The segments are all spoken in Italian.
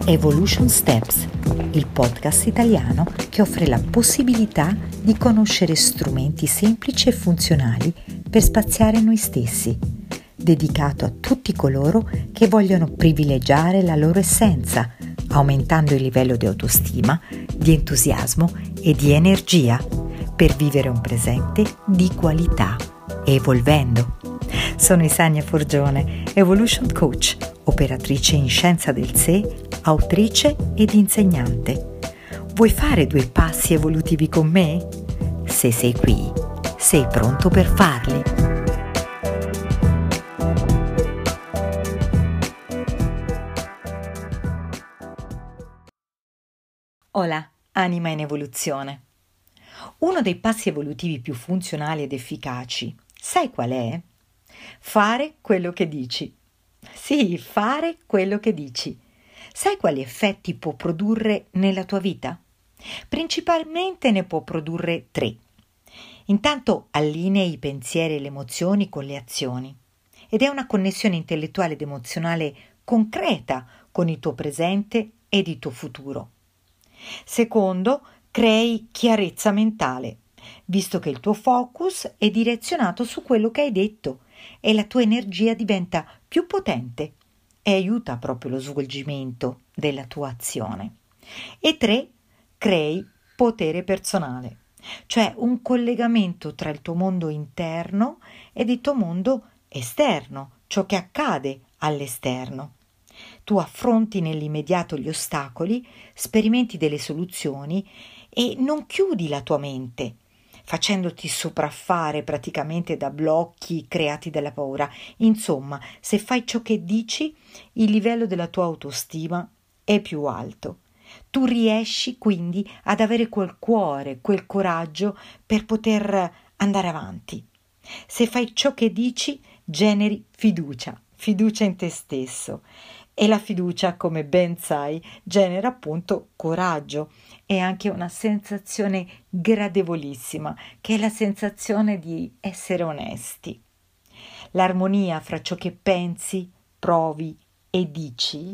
Evolution Steps, il podcast italiano che offre la possibilità di conoscere strumenti semplici e funzionali per spaziare noi stessi, dedicato a tutti coloro che vogliono privilegiare la loro essenza, aumentando il livello di autostima, di entusiasmo e di energia per vivere un presente di qualità, evolvendo. Sono Isania Forgione, Evolution Coach, operatrice in scienza del sé, autrice ed insegnante. Vuoi fare 2 passi evolutivi con me? Se sei qui, sei pronto per farli. Hola, anima in evoluzione. Uno dei passi evolutivi più funzionali ed efficaci, sai qual è? Fare quello che dici. Sì, fare quello che dici. Sai quali effetti può produrre nella tua vita? Principalmente ne può produrre 3. Intanto allinei i pensieri e le emozioni con le azioni ed è una connessione intellettuale ed emozionale concreta con il tuo presente ed il tuo futuro. Secondo, crei chiarezza mentale, visto che il tuo focus è direzionato su quello che hai detto e la tua energia diventa più potente e aiuta proprio lo svolgimento della tua azione. E 3, crei potere personale, cioè un collegamento tra il tuo mondo interno ed il tuo mondo esterno, ciò che accade all'esterno. Tu affronti nell'immediato gli ostacoli, sperimenti delle soluzioni e non chiudi la tua mente, facendoti sopraffare praticamente da blocchi creati dalla paura. Insomma, se fai ciò che dici, il livello della tua autostima è più alto. Tu riesci quindi ad avere quel cuore, quel coraggio per poter andare avanti. Se fai ciò che dici, generi fiducia in te stesso. E la fiducia, come ben sai, genera appunto coraggio e anche una sensazione gradevolissima, che è la sensazione di essere onesti. L'armonia fra ciò che pensi, provi e dici,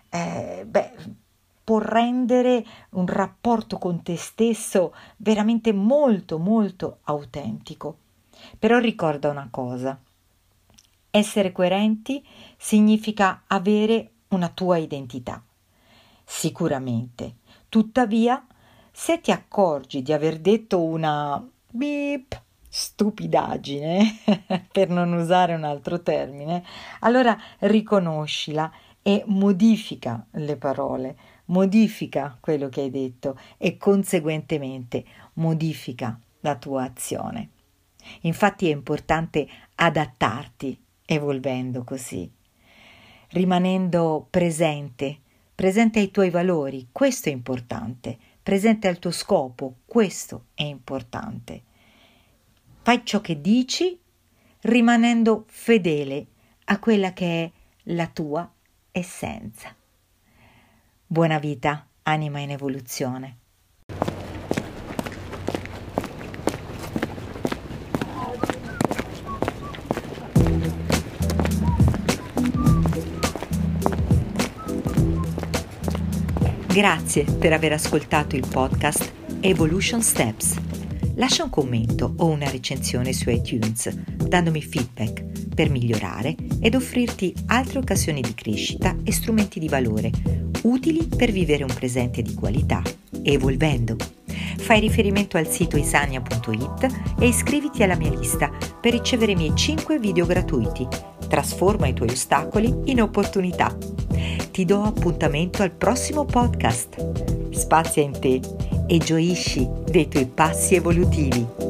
può rendere un rapporto con te stesso veramente molto, molto autentico. Però ricorda una cosa. Essere coerenti significa avere una tua identità. Sicuramente. Tuttavia, se ti accorgi di aver detto una stupidaggine, per non usare un altro termine, allora riconoscila e modifica le parole, modifica quello che hai detto e conseguentemente modifica la tua azione. Infatti è importante adattarti, evolvendo così, rimanendo presente ai tuoi valori, questo è importante, presente al tuo scopo, questo è importante. Fai ciò che dici, rimanendo fedele a quella che è la tua essenza. Buona vita, anima in evoluzione. Grazie per aver ascoltato il podcast Evolution Steps. Lascia un commento o una recensione su iTunes, dandomi feedback per migliorare ed offrirti altre occasioni di crescita e strumenti di valore, utili per vivere un presente di qualità, evolvendo. Fai riferimento al sito isania.it e iscriviti alla mia lista per ricevere i miei 5 video gratuiti. Trasforma i tuoi ostacoli in opportunità. Ti do appuntamento al prossimo podcast. Spazia in te e gioisci dei tuoi passi evolutivi.